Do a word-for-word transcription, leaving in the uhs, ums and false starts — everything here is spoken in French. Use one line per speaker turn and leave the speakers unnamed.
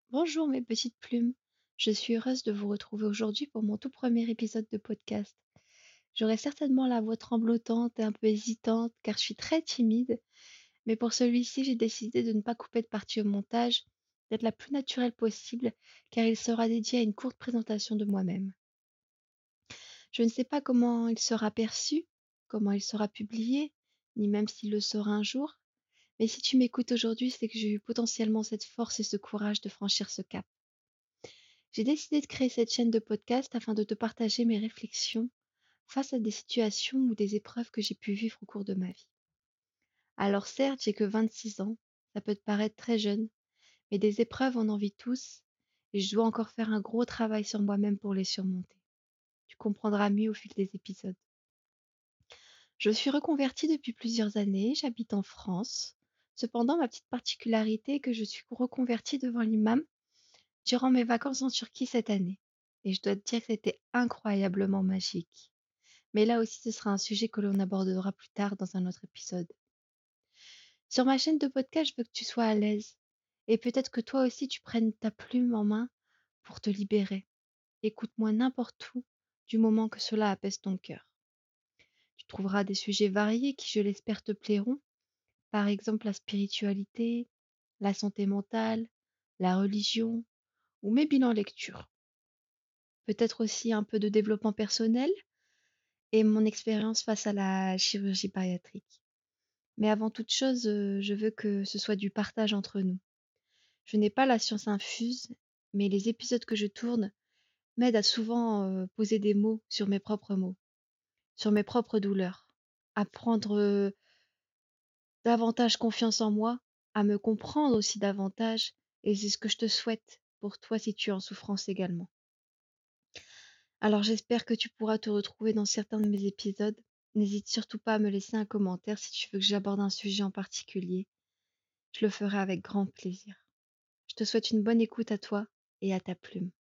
Bonjour mes petites plumes, je suis heureuse de vous retrouver aujourd'hui pour mon tout premier épisode de podcast. J'aurai certainement la voix tremblotante et un peu hésitante car je suis très timide, mais pour celui-ci j'ai décidé de ne pas couper de partie au montage, d'être la plus naturelle possible car il sera dédié à une courte présentation de moi-même. Je ne sais pas comment il sera perçu, comment il sera publié, ni même s'il le sera un jour, mais si tu m'écoutes aujourd'hui, c'est que j'ai eu potentiellement cette force et ce courage de franchir ce cap. J'ai décidé de créer cette chaîne de podcast afin de te partager mes réflexions face à des situations ou des épreuves que j'ai pu vivre au cours de ma vie. Alors certes, j'ai que vingt-six ans, ça peut te paraître très jeune, mais des épreuves on en vit tous et je dois encore faire un gros travail sur moi-même pour les surmonter. Tu comprendras mieux au fil des épisodes. Je suis reconvertie depuis plusieurs années, j'habite en France. Cependant, ma petite particularité est que je suis reconvertie devant l'imam durant mes vacances en Turquie cette année. Et je dois te dire que c'était incroyablement magique. Mais là aussi, ce sera un sujet que l'on abordera plus tard dans un autre épisode. Sur ma chaîne de podcast, je veux que tu sois à l'aise. Et peut-être que toi aussi, tu prennes ta plume en main pour te libérer. Écoute-moi n'importe où, du moment que cela apaise ton cœur. Tu trouveras des sujets variés qui, je l'espère, te plairont. Par exemple, la spiritualité, la santé mentale, la religion ou mes bilans lecture. Peut-être aussi un peu de développement personnel et mon expérience face à la chirurgie bariatrique. Mais avant toute chose, heu, je veux que ce soit du partage entre nous. Je n'ai pas la science infuse, mais les épisodes que je tourne m'aident à souvent, heu, poser des mots sur mes propres mots, sur mes propres douleurs, à prendre, heu, davantage confiance en moi, à me comprendre aussi davantage et c'est ce que je te souhaite pour toi si tu es en souffrance également. Alors j'espère que tu pourras te retrouver dans certains de mes épisodes. N'hésite surtout pas à me laisser un commentaire si tu veux que j'aborde un sujet en particulier. Je le ferai avec grand plaisir. Je te souhaite une bonne écoute à toi et à ta plume.